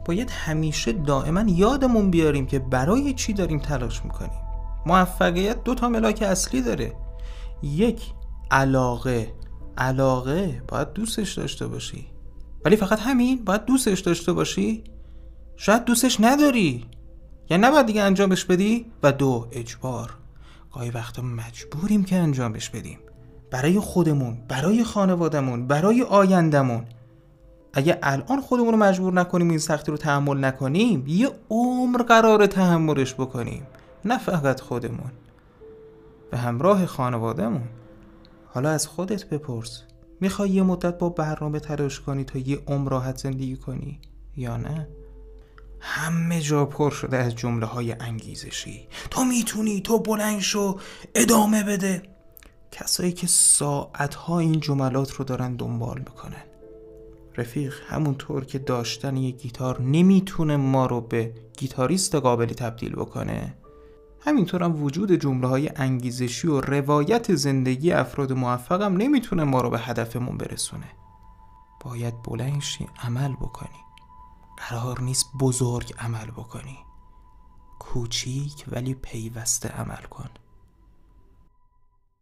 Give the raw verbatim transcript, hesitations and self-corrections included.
باید همیشه دائما یادمون بیاریم که برای چی داریم تلاش میکنیم. موفقیت دو تا ملاک اصلی داره. یک، علاقه. علاقه باید دوستش داشته باشی، ولی فقط همین؟ باید دوستش داشته باشی؟ شاید دوستش نداری، یعنی نباید دیگه انجامش بدی. و دو، اجبار. گاهی وقتا مجبوریم که انجامش بدیم، برای خودمون، برای خانوادمون، برای آیندمون. اگه الان خودمون رو مجبور نکنیم این سختی رو تحمل نکنیم، یه عمر قراره تحملش بکنیم، نه فقط خودمون، به همراه خانوادمون. حالا از خودت بپرس، میخوای یه مدت با برنامه تلاش کنی تا یه عمر راحت زندگی کنی یا نه؟ همه جا پر شده از جمله های انگیزشی. تو میتونی، تو بلند شو، ادامه بده. کسایی که ساعتها این جملات رو دارن دنبال میکنن. رفیق، همونطور که داشتن یه گیتار نمیتونه ما رو به گیتاریست قابلی تبدیل بکنه، همینطور هم وجود جمله های انگیزشی و روایت زندگی افراد موفقم نمیتونه ما رو به هدفمون برسونه. باید بلند شی، عمل بکنی. قرار نیست بزرگ عمل بکنی، کوچیک ولی پیوسته عمل کن.